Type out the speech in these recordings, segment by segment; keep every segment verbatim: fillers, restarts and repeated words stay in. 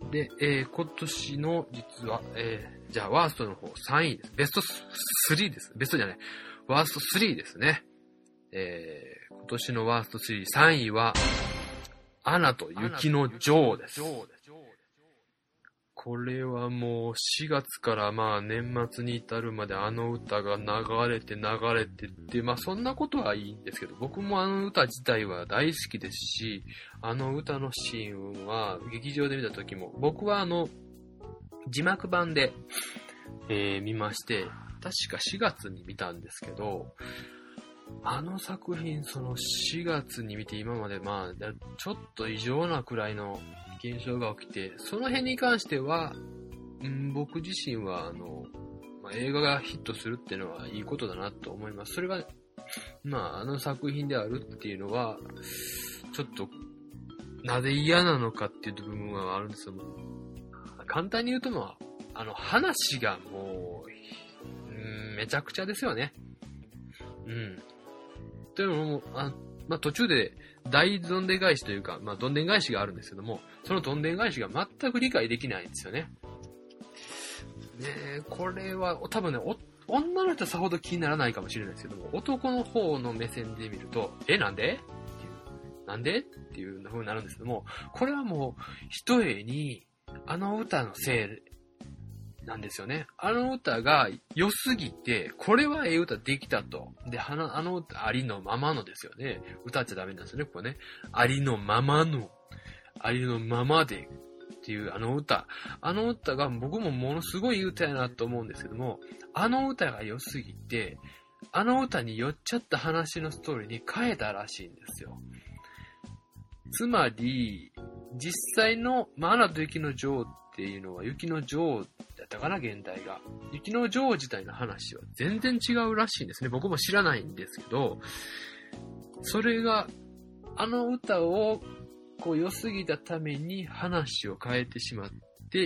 で、えー、今年の実は、えー、じゃあワーストの方さんいです。ベストスリーです。ベストじゃない。ワーストスリーですね。えー、今年のワーストスリー、さんいは、アナと雪の女王です。これはもうしがつからまあ年末に至るまであの歌が流れて流れてって、まあそんなことはいいんですけど、僕もあの歌自体は大好きですし、あの歌のシーンは劇場で見た時も、僕はあの字幕版で、えー、見まして、確かしがつに見たんですけど、あの作品そのしがつに見て今までまあちょっと異常なくらいの現象が起きて、その辺に関しては、うん、僕自身はあの、まあ、映画がヒットするっていうのはいいことだなと思います。それが、まあ、あの作品であるっていうのは、ちょっと、なぜ嫌なのかっていう部分はあるんですよ。簡単に言うと、まあ、あの話がもう、うん、めちゃくちゃですよね。うん。というのも、あまあ、途中で大どんでん返しというか、まあ、どんでん返しがあるんですけども、そのどんでん返しが全く理解できないんですよね。ね、これは多分ね、女の人はさほど気にならないかもしれないですけども、男の方の目線で見ると、え、なんでっていう、なんでっていう風になるんですけども、これはもう、ひとえに、あの歌のせい、なんですよね。あの歌が良すぎて、これはええ歌できたと。で、あの、あの歌ありのままのですよね。歌っちゃダメなんですよね、ここね。ありのままの、ありのままでっていうあの歌。あの歌が僕もものすごい歌やなと思うんですけども、あの歌が良すぎて、あの歌に寄っちゃった話のストーリーに変えたらしいんですよ。つまり、実際の、まあ、アナと雪の女王っていうのは雪の女王だったかな、現代が。雪の女王自体の話は全然違うらしいんですね。僕も知らないんですけど、それが、あの歌をこう良すぎたために話を変えてしまって、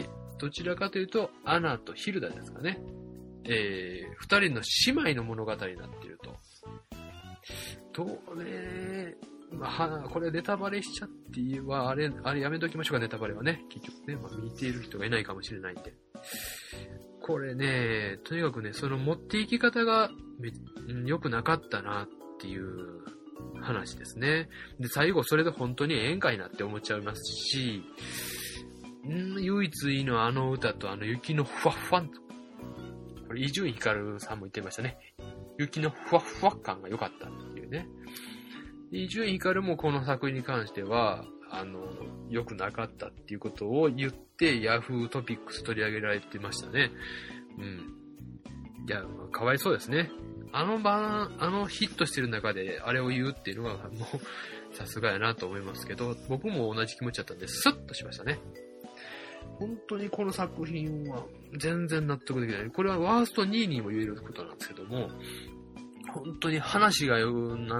どちらかというと、アナとヒルダですかね。えー、二人の姉妹の物語になっていると。とね、まあ、これネタバレしちゃっては、あれ、あれやめときましょうか、ネタバレはね。結局ね、まあ見ている人がいないかもしれないんで。これね、とにかくね、その持っていき方がめ良くなかったなっていう話ですね。で、最後それで本当にええんかいなって思っちゃいますし、ん唯一いいのはあの歌とあの雪のふわっふわん。これ伊集院光さんも言ってましたね。雪のふわっふわ感が良かったっていうね。伊集院光もこの作品に関しては、あの、良くなかったっていうことを言って、ヤフートピックス取り上げられてましたね。うん。いや、かわいそうですね。あの場、あのヒットしてる中であれを言うっていうのはもう、さすがやなと思いますけど、僕も同じ気持ちだったんで、スッとしましたね。本当にこの作品は全然納得できない。これはワーストにいにも言えることなんですけども、本当に話がよ、なん、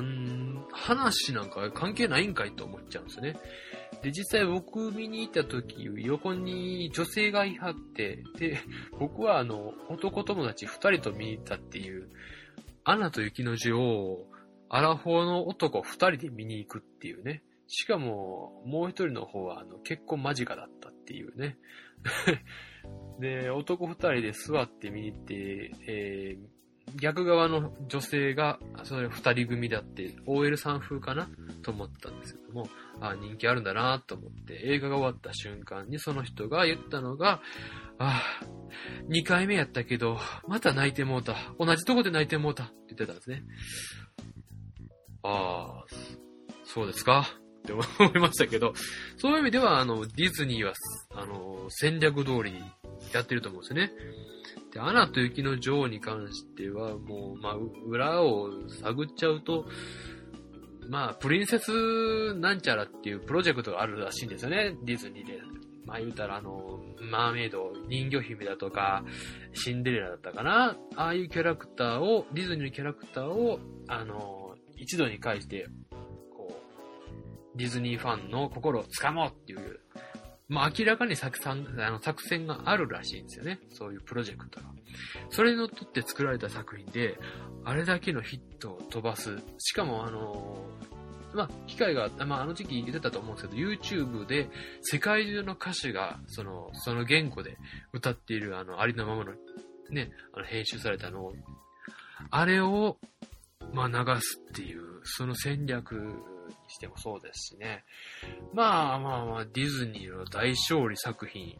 話なんか関係ないんかいと思っちゃうんですよね。で、実際僕見に行った時、横に女性がいはって、で、僕はあの、男友達二人と見に行ったっていう、アナと雪の女王を、アラフォーの男二人で見に行くっていうね。しかも、もう一人の方はあの結婚間近だったっていうね。で、男二人で座って見に行って、えー逆側の女性がそれ二人組だって オーエル さん風かなと思ったんですけども、あ人気あるんだなと思って映画が終わった瞬間にその人が言ったのが、あにかいめやったけどまた泣いてもうた、同じとこで泣いてもうたって言ってたんですね。ああそうですかって思いましたけど、そういう意味ではあのディズニーはあの戦略通りやってると思うんですよね。で、アナと雪の女王に関しては、もう、まあ、裏を探っちゃうと、まあ、プリンセスなんちゃらっていうプロジェクトがあるらしいんですよね、ディズニーで。まあ言うたら、あの、マーメイド、人魚姫だとか、シンデレラだったかな、ああいうキャラクターを、ディズニーのキャラクターを、あの、一度に返して、こう、ディズニーファンの心をつかもうっていう、まあ明らかに作戦、あの作戦があるらしいんですよね。そういうプロジェクトが。それにのっとって作られた作品で、あれだけのヒットを飛ばす。しかもあの、 まあ、機会が、まあ、あの時期言ってたと思うんですけど、YouTube で世界中の歌手が、その、その言語で歌っている、あの、ありのままの、ね、あの、編集されたのを、あれを、まあ、流すっていう、その戦略にしてもそうですしね。まあまあまあ、ディズニーの大勝利作品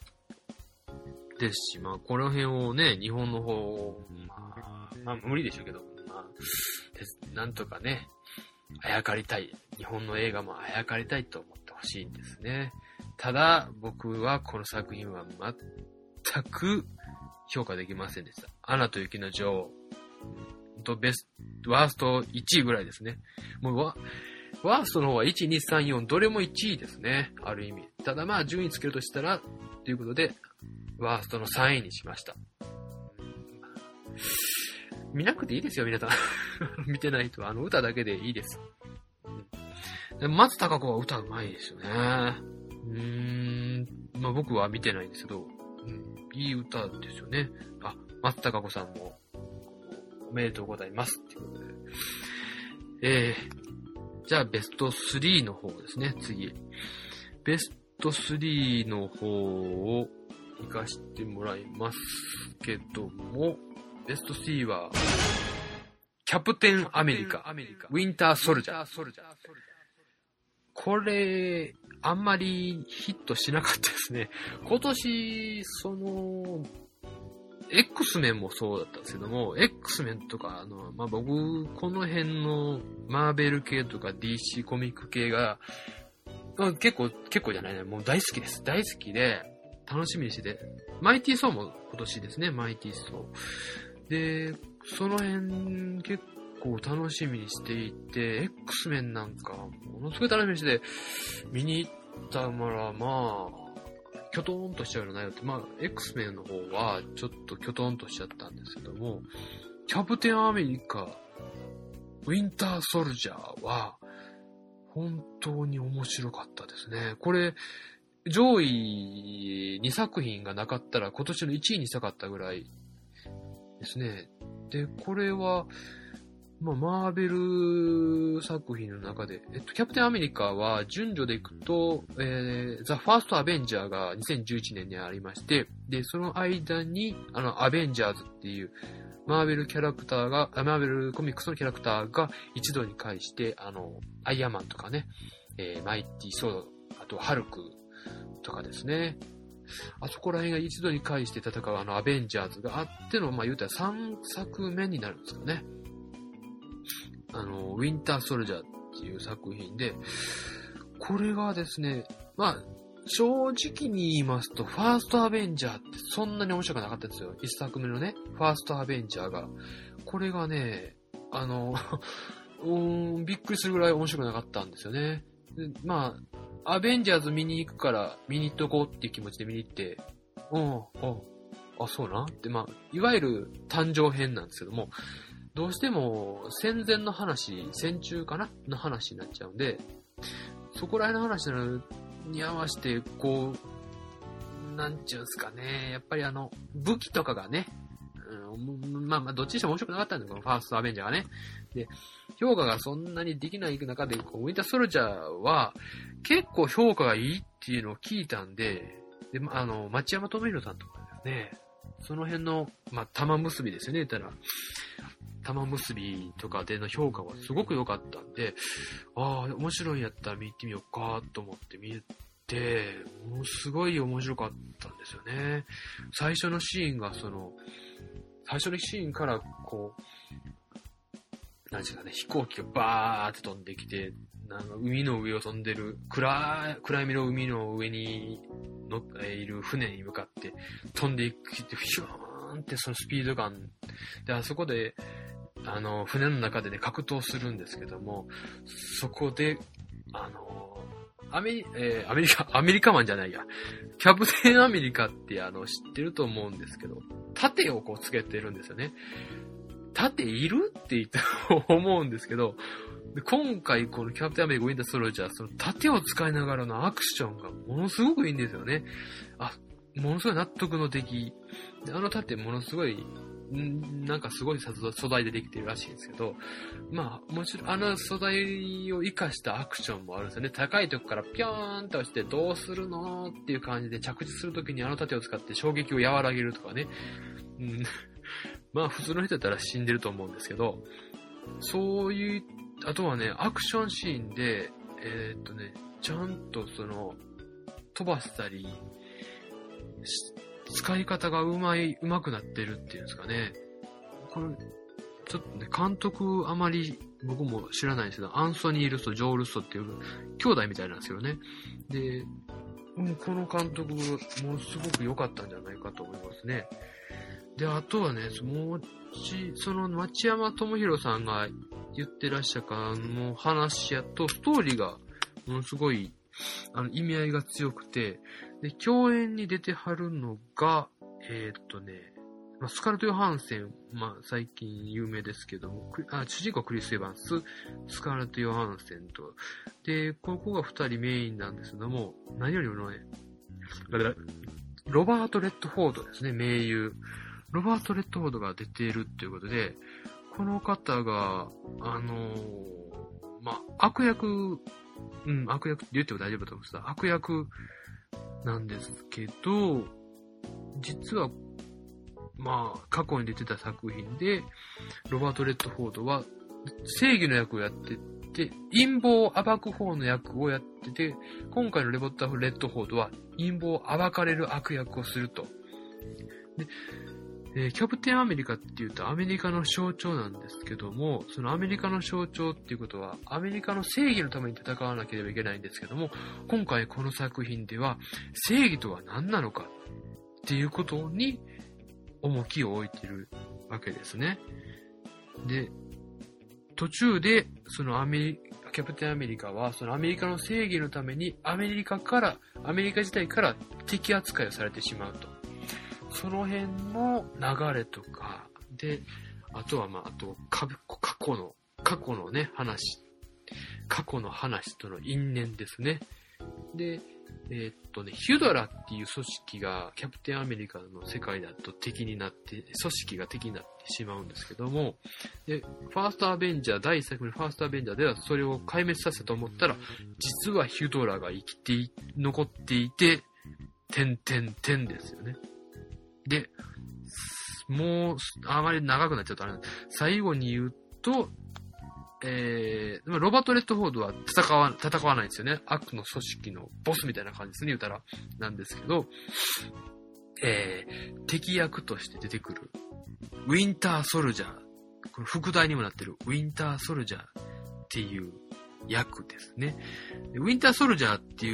ですし、まあ、この辺をね、日本の方、まあ、まあ、無理でしょうけど、まあ、なんとかね、あやかりたい。日本の映画もあやかりたいと思ってほしいんですね。ただ、僕はこの作品は全く評価できませんでした。アナと雪の女王とベスト、ワーストいちいぐらいですね。もうワ、ワーストの方はいち、に、さん、よん、どれもいちいですね。ある意味。ただまあ、順位つけるとしたら、ということで、ワーストのさんいにしました。見なくていいですよ、皆さん。見てない人は、あの歌だけでいいです。うん、松たか子は歌うまいですよね。うーん、まあ僕は見てないんですけど、うん、いい歌ですよね。あ、松たか子さんも、おめでとうございます。っていうことで。えー、じゃあベストスリーの方ですね、次。ベストスリーの方を行かしてもらいますけども、ベストスリーは、キャプテンアメリカ、ウィンターソルジャー。これ、あんまりヒットしなかったですね。今年、その、X メンもそうだったんですけども、X メンとか、あの、まあ、僕、この辺のマーベル系とか ディーシー コミック系が、結構、結構じゃないね、もう大好きです。大好きで、楽しみにしてて、マイティーソーも今年ですね、マイティーソー。で、その辺結構楽しみにしていて、X メンなんかものすごい楽しみにしてて、見に行ったらまあ、キョトーンとしちゃうような内容って、まあ、X メンの方はちょっとキョトーンとしちゃったんですけども、キャプテンアメリカ、ウィンターソルジャーは、本当に面白かったですね。これ、上位にさく品がなかったら今年のいちいにしたかったぐらいですね。で、これは、まあ、マーベル作品の中で、えっと、キャプテンアメリカは順序でいくと、えー、ザ・ファースト・アベンジャーがにせんじゅういちねんにありまして、で、その間に、あの、アベンジャーズっていう、マーベルキャラクターが、マーベルコミックスのキャラクターが一度に会して、あの、アイアンマンとかね、えー、マイティ・ソード、あと、ハルクとかですね。あそこら辺が一度に会して戦うあのアベンジャーズがあっての、まあ言うたらさんさくめになるんですよね。あの、ウィンターソルジャーっていう作品で、これがですね、まあ、正直に言いますと、ファーストアベンジャーってそんなに面白くなかったんですよ。一作目のね、ファーストアベンジャーが。これがね、あの、うーん、びっくりするぐらい面白くなかったんですよね。でまあ、アベンジャーズ見に行くから見に行っとこうっていう気持ちで見に行って、うん、あ、あ、そうなって、まあ、いわゆる誕生編なんですけども、どうしても戦前の話、戦中かなの話になっちゃうんで、そこら辺の話に合わせて、こう、なんちゅうんすかね、やっぱりあの、武器とかがね、うん、まあまあ、どっちにしても面白くなかったんだけど、ファーストアベンジャーがね。で、評価がそんなにできない中で、こうウィンターソルジャーは、結構評価がいいっていうのを聞いたんで、で、あの、町山智博さんとかですね、その辺の、まあ、玉結びですよね、言ったら。玉結びとかでの評価はすごく良かったんで、ああ、面白いんやったら見てみようかと思って見て、ものすごい面白かったんですよね。最初のシーンがその、最初のシーンからこう、なんですかね、飛行機がバーって飛んできて、なんか海の上を飛んでる、暗い、暗闇の海の上に乗っている船に向かって飛んでいくって、ヒューンってそのスピード感で、あそこで、あの、船の中でね、格闘するんですけども、そこで、あの、アメリ、えー、アメリカ、アメリカマンじゃないや。キャプテンアメリカってあの、知ってると思うんですけど、盾をこうつけてるんですよね。盾いるって言って思うんですけど、で今回このキャプテンアメリカウィンターソルジャー、その盾を使いながらのアクションがものすごくいいんですよね。あ、 ものすごい納得の出来。であの盾ものすごい、んなんかすごい素材でできてるらしいんですけど、まあ、もちろん、あの素材を活かしたアクションもあるんですよね。高いとこからピョーンと落ちてどうするのっていう感じで着地するときにあの盾を使って衝撃を和らげるとかね。うん、まあ、普通の人だったら死んでると思うんですけど、そういう、あとはね、アクションシーンで、えー、っとね、ちゃんとその、飛ばしたり、使い方がうまい、うまくなってるっていうんですかね。これ、ちょっとね、監督あまり僕も知らないんですけど、アンソニー・ルッソ、ジョー・ルッソっていう兄弟みたいなんですよね。で、うん、この監督もすごく良かったんじゃないかと思いますね。で、あとはね、もうち、その町山智博さんが言ってらっしゃかの話やと、ストーリーがものすごいあの意味合いが強くて、で、共演に出てはるのが、えー、っとね、まあ、スカルト・ヨハンセン、まあ、最近有名ですけども、あ主人公はクリス・エヴァンス、スカルト・ヨハンセンと、で、ここが二人メインなんですけども、何よりもね、ロバート・レッドフォードですね、名優。ロバート・レッドフォードが出ているっていうことで、この方が、あのー、まあ、悪役、うん、悪役って言っても大丈夫だと思うんですが、悪役なんですけど、実は、まあ、過去に出てた作品で、ロバート・レッドフォードは正義の役をやってて、陰謀を暴く方の役をやってて、今回のレボッター・レッドフォードは陰謀を暴かれる悪役をすると。でえー、キャプテンアメリカっていうとアメリカの象徴なんですけども、そのアメリカの象徴っていうことはアメリカの正義のために戦わなければいけないんですけども、今回この作品では正義とは何なのかっていうことに重きを置いているわけですね。で、途中でそのアメリカ、キャプテンアメリカはそのアメリカの正義のためにアメリカから、アメリカ自体から敵扱いをされてしまうと。その辺の流れとか、で、あとはまあ、あと、過去の、過去のね、話、過去の話との因縁ですね。で、えー、っとね、ヒュドラっていう組織が、キャプテンアメリカの世界だと敵になって、組織が敵になってしまうんですけども、で、ファーストアベンジャー、第一作目のファーストアベンジャーではそれを壊滅させたと思ったら、実はヒュドラが生きてい、残っていて、てんてんてんですよね。で、もう、あまり長くなっちゃうとあれなんです。最後に言うと、えー、ロバート・レッドフォードは戦わ、戦わないんですよね。悪の組織のボスみたいな感じですね、言うたら。なんですけど、えー、敵役として出てくる、ウィンター・ソルジャー。この副題にもなってるウィンター・ソルジャーっていう役ですね。ウィンター・ソルジャーっていう、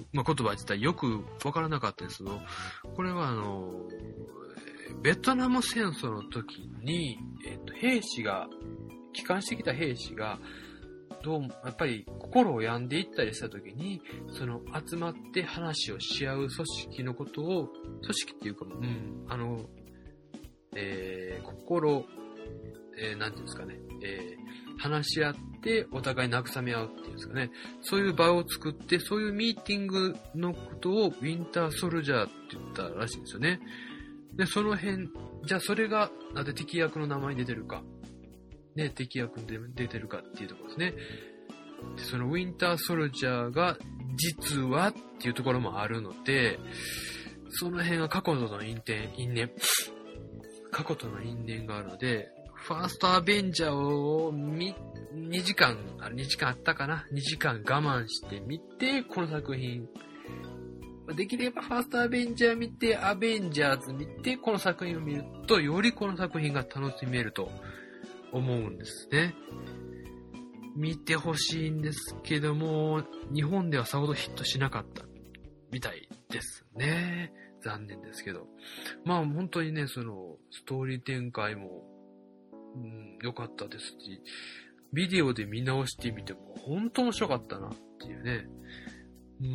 まあ、言葉自体よくわからなかったんですけど、これはあの、ベトナム戦争の時に、えっと、兵士が、帰還してきた兵士が、どうも、やっぱり心を病んでいったりした時に、その集まって話をし合う組織のことを、組織っていうか、うん、あの、えー、心、えー、なんていうんですかね、えー、話し合ってお互い慰め合うっていうんですかね、そういう場を作って、そういうミーティングのことをウィンターソルジャーって言ったらしいんですよね。で、その辺、じゃあそれがなぜ敵役の名前に出てるか、ね、敵役に出てるかっていうところですね。で、そのウィンターソルジャーが実はっていうところもあるので、その辺が過去との因縁、因縁、過去との因縁があるので、ファーストアベンジャーを見、にじかん、あれにじかんあったかな ?に 時間我慢してみて、この作品、できればファーストアベンジャー見て、アベンジャーズ見て、この作品を見ると、よりこの作品が楽しめると思うんですね。見てほしいんですけども、日本ではさほどヒットしなかったみたいですね。残念ですけど。まあ本当にね、その、ストーリー展開も、うん、良かったですし、ビデオで見直してみても、本当面白かったなっていうね。うん、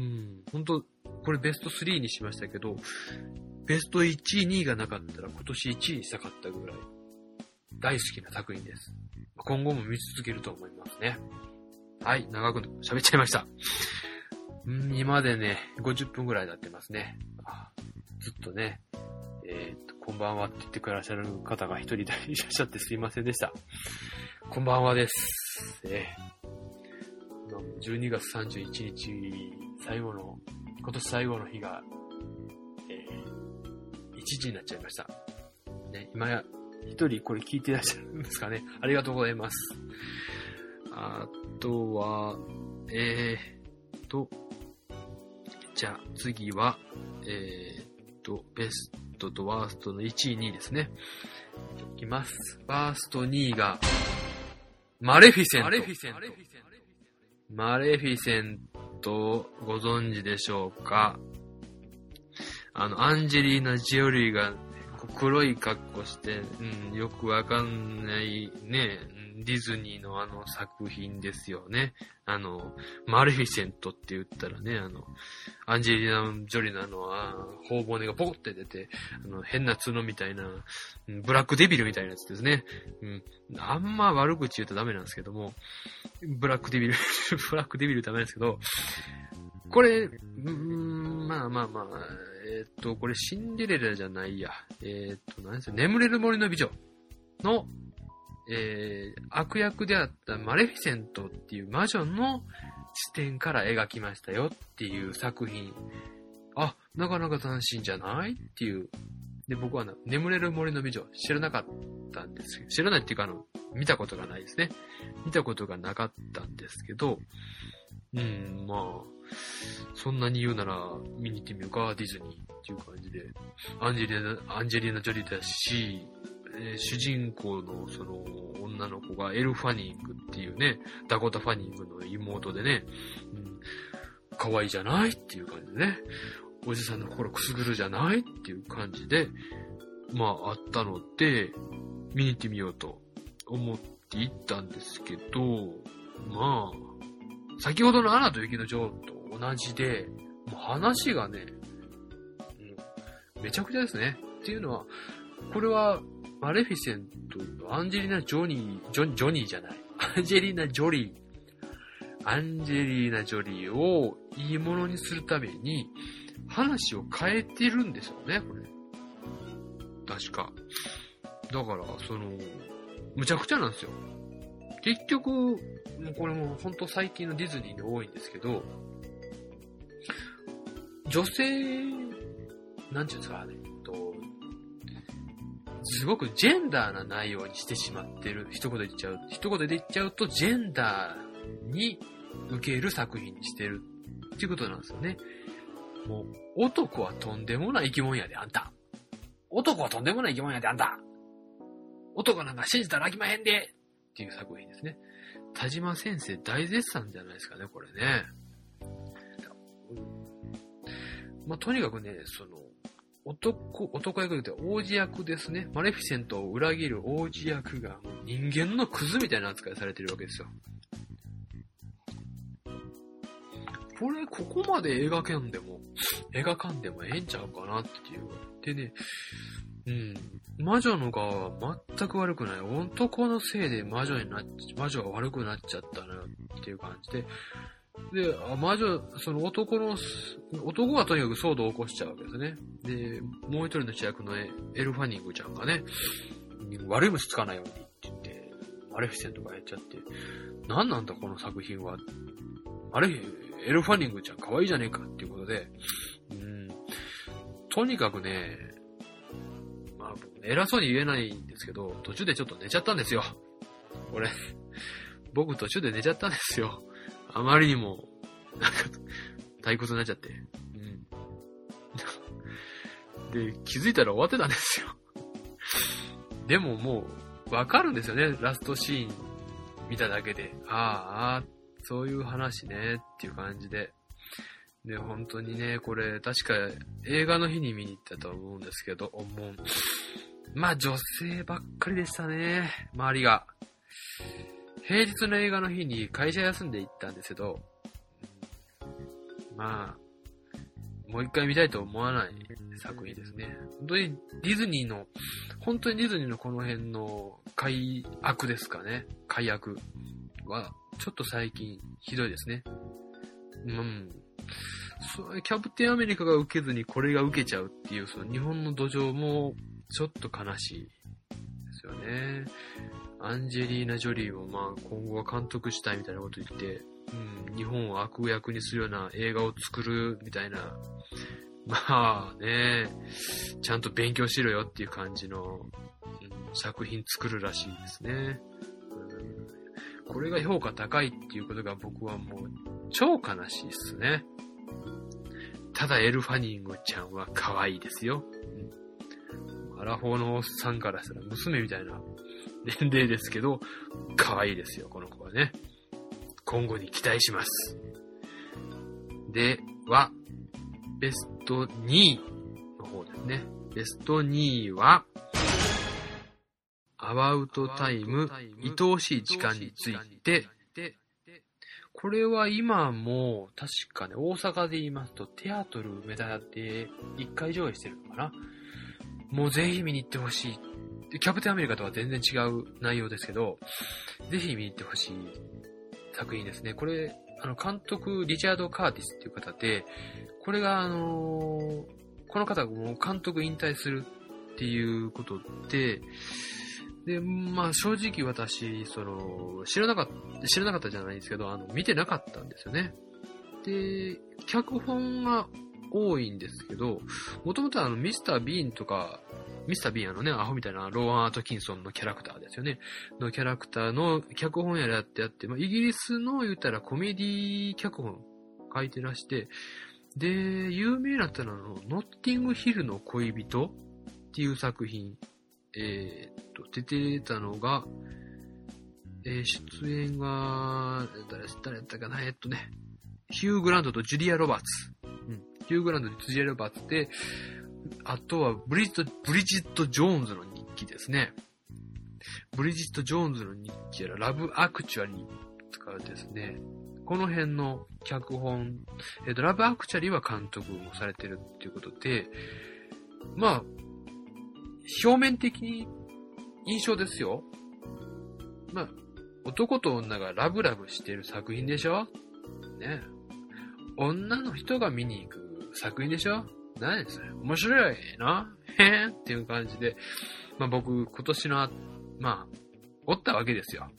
本当これベストスリーにしましたけど、ベストいちい、にいがなかったら今年いちいにしたかったぐらい大好きな作品です。今後も見続けると思いますね。はい、長く喋っちゃいました。うん、今までね、ごじゅっぷんぐらいになってますね。 ずっとね、えー、とこんばんはって言ってくださる方が一人いらっしゃってすいませんでした。こんばんはです。えー、じゅうにがつさんじゅういちにち最後の、今年最後の日が、えー、いちじになっちゃいました。ね、今や一人これ聞いていらっしゃるんですかね。ありがとうございます。あとは、えーと、じゃあ次は、えーと、ベストとワーストのいちい、にいですね。いきます。ワーストにいが、マレフィセント。マレフィセント。マレフィセント、ご存知でしょうか？あの、アンジェリーナ・ジオリーが黒い格好して、うん、よくわかんないね、ディズニーのあの作品ですよね。あの、マレフィセントって言ったらね、あの、アンジェリーナ・ジョリーのあの、あ頬骨がポコって出て、あの、変な角みたいな、ブラックデビルみたいなやつですね。うん。あんま悪口言うとダメなんですけども、ブラックデビル、ブラックデビルダメなんですけど、これ、うーん、まあまあまあ、えー、っと、これシンデレラじゃないや。えー、っと、何ですか、眠れる森の美女の、えー、悪役であったマレフィセントっていう魔女の視点から描きましたよっていう作品。あ、なかなか斬新じゃないっていう。で、僕はな、眠れる森の美女知らなかったんですけど、知らないっていうかあの、見たことがないですね。見たことがなかったんですけど、うん、まあ、そんなに言うなら見に行ってみようか、ディズニーっていう感じで。アンジェリーナ、アンジェリーナ・ジョリーだし、えー、主人公のその女の子がエル・ファニングっていうね、ダコタ・ファニングの妹でね、うん、可愛いじゃないっていう感じでね、おじさんの心くすぐるじゃないっていう感じで、まああったので、見に行ってみようと思って行ったんですけど、まあ、先ほどのアナと雪の女王と同じで、もう話がね、うん、めちゃくちゃですね。っていうのは、これは、マレフィセント、アンジェリーナ・ジョニー、ジョ、ジョニーじゃない。アンジェリーナ・ジョリー。アンジェリーナ・ジョリーをいいものにするために、話を変えてるんですよね、これ。確か。だから、その、むちゃくちゃなんですよ。結局、もうこれも本当最近のディズニーで多いんですけど、女性、なんていうんですかね、と、すごくジェンダーな内容にしてしまってる。一言で言っちゃう。一言で言っちゃうと、ジェンダーに受ける作品にしてるっていうことなんですよね。もう、男はとんでもない生き物やで、あんた。男はとんでもない生き物やで、あんた。男なんか信じたらあきまへんでっていう作品ですね。田島先生大絶賛じゃないですかね、これね。まあ、とにかくね、その、男、男役で王子役ですね。マレフィセントを裏切る王子役が人間のクズみたいな扱いされてるわけですよ。これ、ここまで描けんでも、描かんでもええんちゃうかなっていう。でね、うん。魔女の側は全く悪くない。男のせいで魔女になっ、魔女が悪くなっちゃったなっていう感じで。で、魔女、その男の、男がとにかく騒動を起こしちゃうわけですね。で、もう一人の主役のエル・ファニングちゃんがね、悪い虫つかないようにって言って、マレフィセントがやっちゃって、何なんだこの作品は。あれ、エル・ファニングちゃん可愛いじゃねえかっていうことで、うん、とにかくね、まあ、偉そうに言えないんですけど、途中でちょっと寝ちゃったんですよ。これ、僕途中で寝ちゃったんですよ。あまりにも、なんか、退屈になっちゃって。うん。で、気づいたら終わってたんですよ。でももう、わかるんですよね、ラストシーン見ただけで。ああ、ああ、そういう話ね、っていう感じで。で、本当にね、これ、確か映画の日に見に行ったと思うんですけど、もう、まあ女性ばっかりでしたね、周りが。平日の映画の日に会社休んで行ったんですけど、まあ、もう一回見たいと思わない作品ですね。本当にディズニーの、本当にディズニーのこの辺の改悪ですかね。改悪は、ちょっと最近ひどいですね。うん。 そうキャプテンアメリカが受けずにこれが受けちゃうっていう、その日本の土壌もちょっと悲しいですよね。アンジェリーナ・ジョリーもまあ今後は監督したいみたいなこと言って、うん、日本を悪役にするような映画を作るみたいな、まあね、ちゃんと勉強しろよっていう感じの、うん、作品作るらしいですね、うん。これが評価高いっていうことが僕はもう超悲しいっすね。ただエル・ファニングちゃんは可愛いですよ。うん、アラフォーのおっさんからしたら娘みたいな年齢ですけど、可愛いですよ、この子はね。今後に期待します。では、ベストにいの方ですね。ベストにいは、アバウトタイム、愛おしい時間について。これは今も確かね、大阪で言いますとテアトル梅田でいっかい上映してるのかな。もうぜひ見に行ってほしい。キャプテンアメリカとは全然違う内容ですけど、ぜひ見に行ってほしい作品ですね。これ、あの、監督、リチャード・カーティスっていう方で、これが、あのー、この方がもう監督引退するっていうことで、で、まあ、正直私、その、知らなかった、知らなかったじゃないですけど、あの、見てなかったんですよね。で、脚本が多いんですけど、もともとあの、ミスター・ビーンとか、ミスター・ビーンあのね、アホみたいなローアン・アトキンソンのキャラクターですよね。のキャラクターの脚本やらってやって、まあ、イギリスの言ったらコメディ脚本書いてらして、で、有名なったのは、ノッティングヒルの恋人っていう作品、えー、っと、出てたのが、えー、出演が、誰、誰やったかな、えー、っとね、ヒュー・グラントとジュリア・ロバーツ。うん、ヒュー・グラントとジュリア・ロバーツで、あとはブリジット、ブリジット・ジョーンズの日記ですね。ブリジット・ジョーンズの日記やら、ラブ・アクチュアリーとかですね、この辺の脚本、えっと、ラブ・アクチュアリーは監督もされてるっていうことで、まあ、表面的に印象ですよ。まあ、男と女がラブラブしてる作品でしょね。女の人が見に行く作品でしょ何ですか面白いなへーっていう感じで、まあ僕、今年の、まあ、おったわけですよ。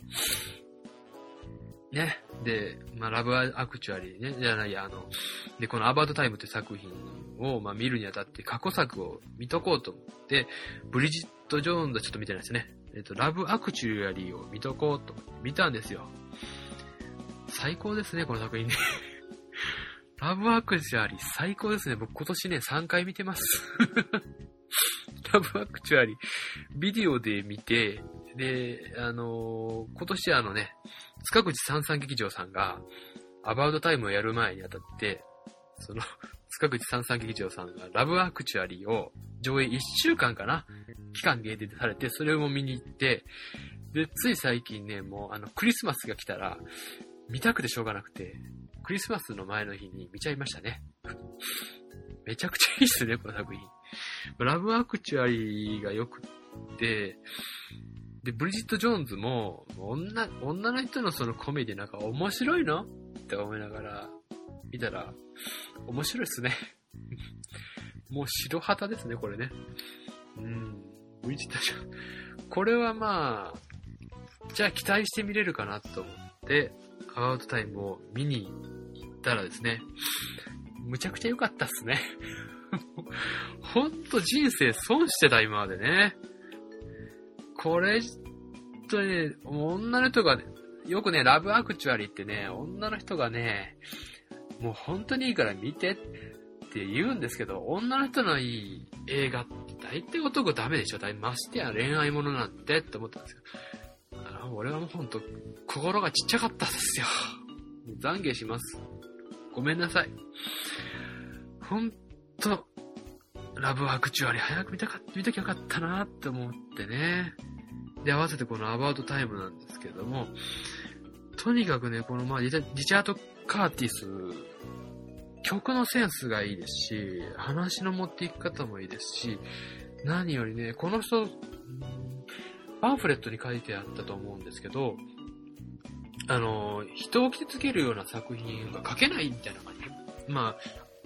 ね。で、まあ、ラブアクチュアリーね、じゃないや、あの、で、このアバウトタイムって作品を、まあ、見るにあたって過去作を見とこうと思って、ブリジット・ジョーンズはちょっと見てないですね。えっと、ラブアクチュアリーを見とこうと見たんですよ。最高ですね、この作品ね。ラブアクチュアリー最高ですね。僕今年ね、さんかい見てます。ラブアクチュアリー、ビデオで見て、で、あのー、今年あのね、塚口三三劇場さんが、アバウトタイムをやる前にあたって、その、塚口三三劇場さんが、ラブアクチュアリーを上映いっしゅうかんかな、期間限定でされて、それも見に行って、で、つい最近ね、もう、あの、クリスマスが来たら、見たくてしょうがなくて、クリスマスの前の日に見ちゃいましたね。めちゃくちゃいいっすね、この作品。ラブアクチュアリーが良くって、で、ブリジット・ジョーンズも、女、女の人のそのコメディなんか面白いのって思いながら見たら、面白いっすね。もう白旗ですね、これね。うん。ブリジット・ジョーンズ。これはまあ、じゃあ期待して見れるかなと思って、アバウトタイムを見に行ったらですね、むちゃくちゃ良かったっすね。ほんと人生損してた、今までね。これ、とね、女の人がね、よくね、ラブアクチュアリーってね、女の人がね、もう本当にいいから見てって言うんですけど、女の人のいい映画って大体男ダメでしょ。大体ましてや恋愛ものなんてって思ったんですよ。あの俺はもう本当心がちっちゃかったですよ。懺悔します。ごめんなさい。ほんと、ラブアクチュアリー早く見たか、見ときゃよかったなって思ってね。で、合わせてこのアバウトタイムなんですけども、とにかくね、このまあリチャード・カーティス、曲のセンスがいいですし、話の持っていき方もいいですし、何よりね、この人、パンフレットに書いてあったと思うんですけど、あの、人を傷つけるような作品が書けないみたいな感じ。まあ、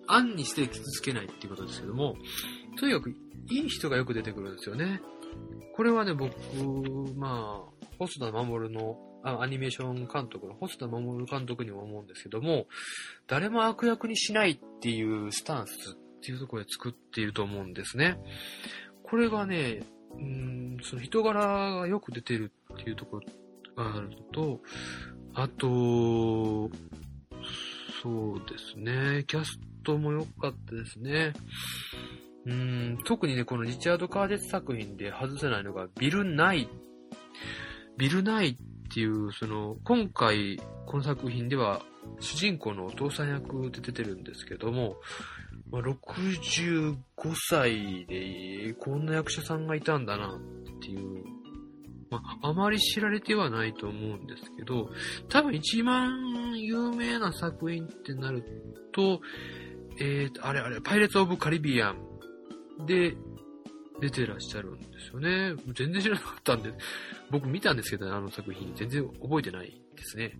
案にして傷つけないっていうことですけども、とにかくいい人がよく出てくるんですよね。これはね、僕、まあ、細田守の、あアニメーション監督の細田守監督にも思うんですけども、誰も悪役にしないっていうスタンスっていうところで作っていると思うんですね。これがね、うーん、その人柄がよく出てるっていうところがあるのと、あと、そうですね、キャストも良かったですね。うーん、特にね、このリチャード・カーデツ作品で外せないのがビル・ナイ。ビル・ナイっていう、その、今回、この作品では、主人公のお父さん役で出てるんですけども、まあ、ろくじゅうごさいで、こんな役者さんがいたんだな、っていう、まあ、あまり知られてはないと思うんですけど、多分一番有名な作品ってなると、えーと、あれあれ、パイレーツ・オブ・カリビアンで出てらっしゃるんですよね。全然知らなかったんで、僕見たんですけどね、あの作品。全然覚えてないですね。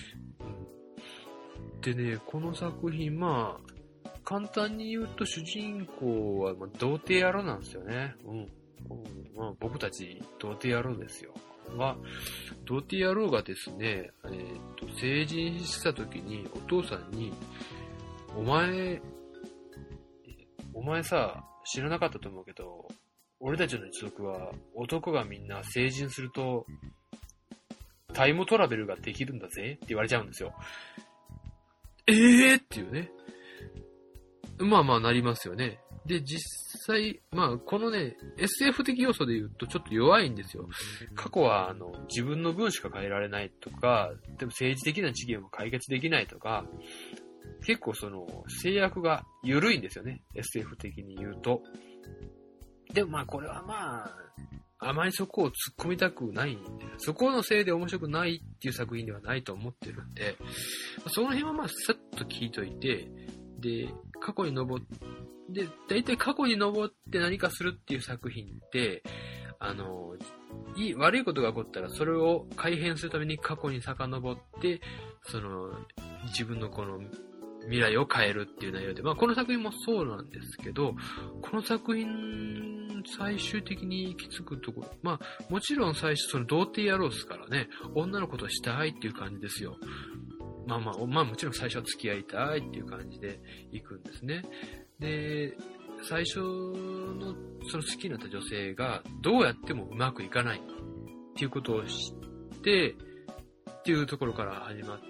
でね、この作品、まあ、簡単に言うと主人公は、まあ、童貞野郎なんですよね。うん。うんまあ、僕たち、童貞野郎ですよ。まあ、童貞野郎がですね、えーと、成人した時にお父さんに、お前、お前さ、知らなかったと思うけど、俺たちの一族は男がみんな成人するとタイムトラベルができるんだぜって言われちゃうんですよ。えーっていうね。まあまあなりますよね。で、実際、まあこのね、エスエフ 的要素で言うとちょっと弱いんですよ。過去はあの自分の分しか変えられないとか、でも政治的な事件を解決できないとか、結構その制約が緩いんですよね。エスエフ 的に言うと。でもまあこれはまあ、あまりそこを突っ込みたくないんで、そこのせいで面白くないっていう作品ではないと思ってるんで、その辺はまあさっと聞いといて、で、過去に登って、で、大体過去に登って何かするっていう作品って、あの、いい、悪いことが起こったらそれを改変するために過去に遡って、その、自分のこの、未来を変えるっていう内容で、まあこの作品もそうなんですけど、この作品最終的に行き着くところ、まあもちろん最初その童貞野郎ですからね、女の子としたいっていう感じですよ。まあまあ、まあもちろん最初は付き合いたいっていう感じで行くんですね。で、最初のその好きになった女性がどうやってもうまくいかないっていうことを知ってっていうところから始まって、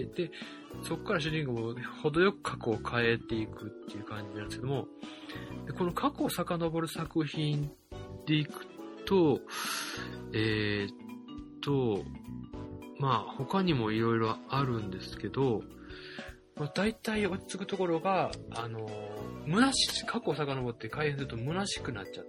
で、そこから主人公も程よく過去を変えていくっていう感じなんですけども、でこの過去を遡る作品でいくと、えー、っと、まあ他にもいろいろあるんですけど、まあ、大体落ち着くところが、あのー、虚し、過去を遡って改変すると虚しくなっちゃって、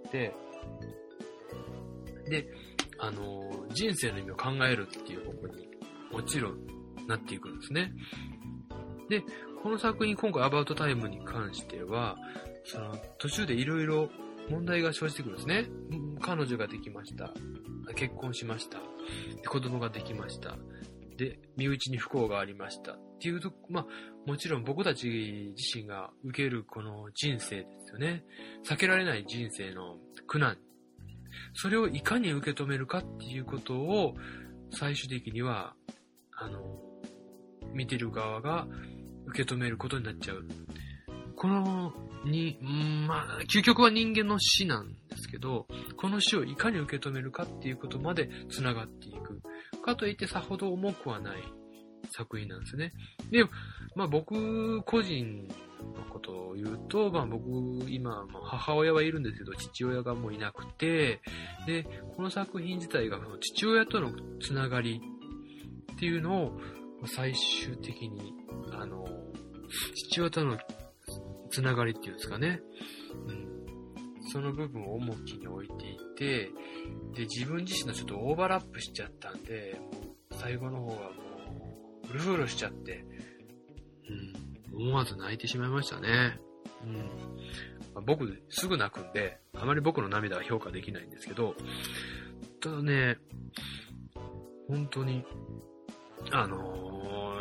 で、あのー、人生の意味を考えるっていう方向にもちろんなっていくんですね。で、この作品、今回アバウトタイムに関しては、その途中でいろいろ問題が生じてくるんですね。彼女ができました。結婚しました。で子供ができました。で、身内に不幸がありました。っていうと、まあ、もちろん僕たち自身が受けるこの人生ですよね。避けられない人生の苦難。それをいかに受け止めるかっていうことを、最終的には、あの、見てる側が受け止めることになっちゃう。この、に、まあ、究極は人間の死なんですけど、この死をいかに受け止めるかっていうことまで繋がっていく。かといってさほど重くはない作品なんですね。で、まあ僕個人のことを言うと、まあ僕今、まあ、母親はいるんですけど、父親がもういなくて、で、この作品自体が父親とのつながりっていうのを最終的に、あの、父親とのつながりっていうんですかね。うん、その部分を重きに置いていて、で、自分自身のちょっとオーバーラップしちゃったんで、もう最後の方はもう、うるふるしちゃって、うん、思わず泣いてしまいましたね。うんまあ、僕、すぐ泣くんで、あまり僕の涙は評価できないんですけど、ただね、本当に、あのー、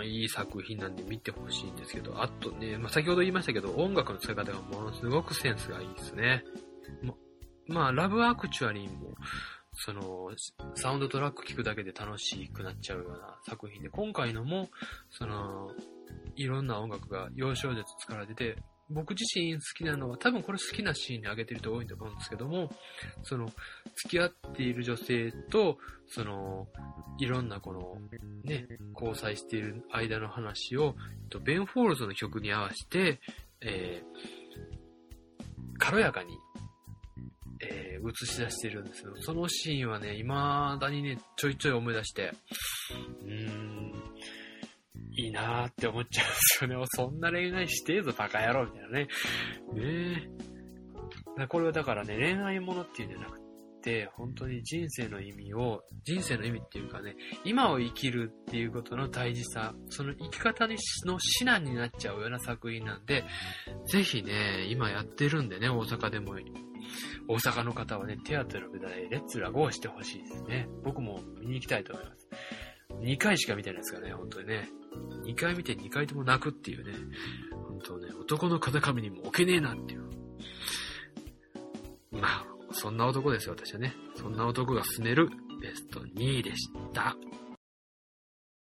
いい作品なんで見てほしいんですけど、あとね、まあ、先ほど言いましたけど、音楽の使い方がものすごくセンスがいいですね。ま、まあ、ラブアクチュアリーも、その、サウンドトラック聴くだけで楽しくなっちゃうような作品で、今回のも、その、いろんな音楽が要所で使われてて、僕自身好きなのは、多分これ好きなシーンに上げてる人多いと思うんですけども、その、付き合っている女性と、その、いろんなこの、ね、交際している間の話を、ベン・フォールズの曲に合わせて、えー、軽やかに、えー、映し出してるんですけど、そのシーンはね、未だにね、ちょいちょい思い出して、うーん、いいなーって思っちゃうんですよね。そんな恋愛してえぞ、バカ野郎みたいなね。ねえ。これはだからね、恋愛ものっていうんじゃなくて、本当に人生の意味を、人生の意味っていうかね、今を生きるっていうことの大事さ、その生き方にの指南になっちゃうような作品なんで、ぜひね、今やってるんでね、大阪でも、大阪の方はね、テアトルの舞台、レッツラゴーしてほしいですね。僕も見に行きたいと思います。にかいしか見てないですからね、本当にね。にかい見てにかいとも泣くっていうね。本当ね、男の風上にも置けねえなっていう。まあ、そんな男ですよ、私はね。そんな男が進めるベストにいでした。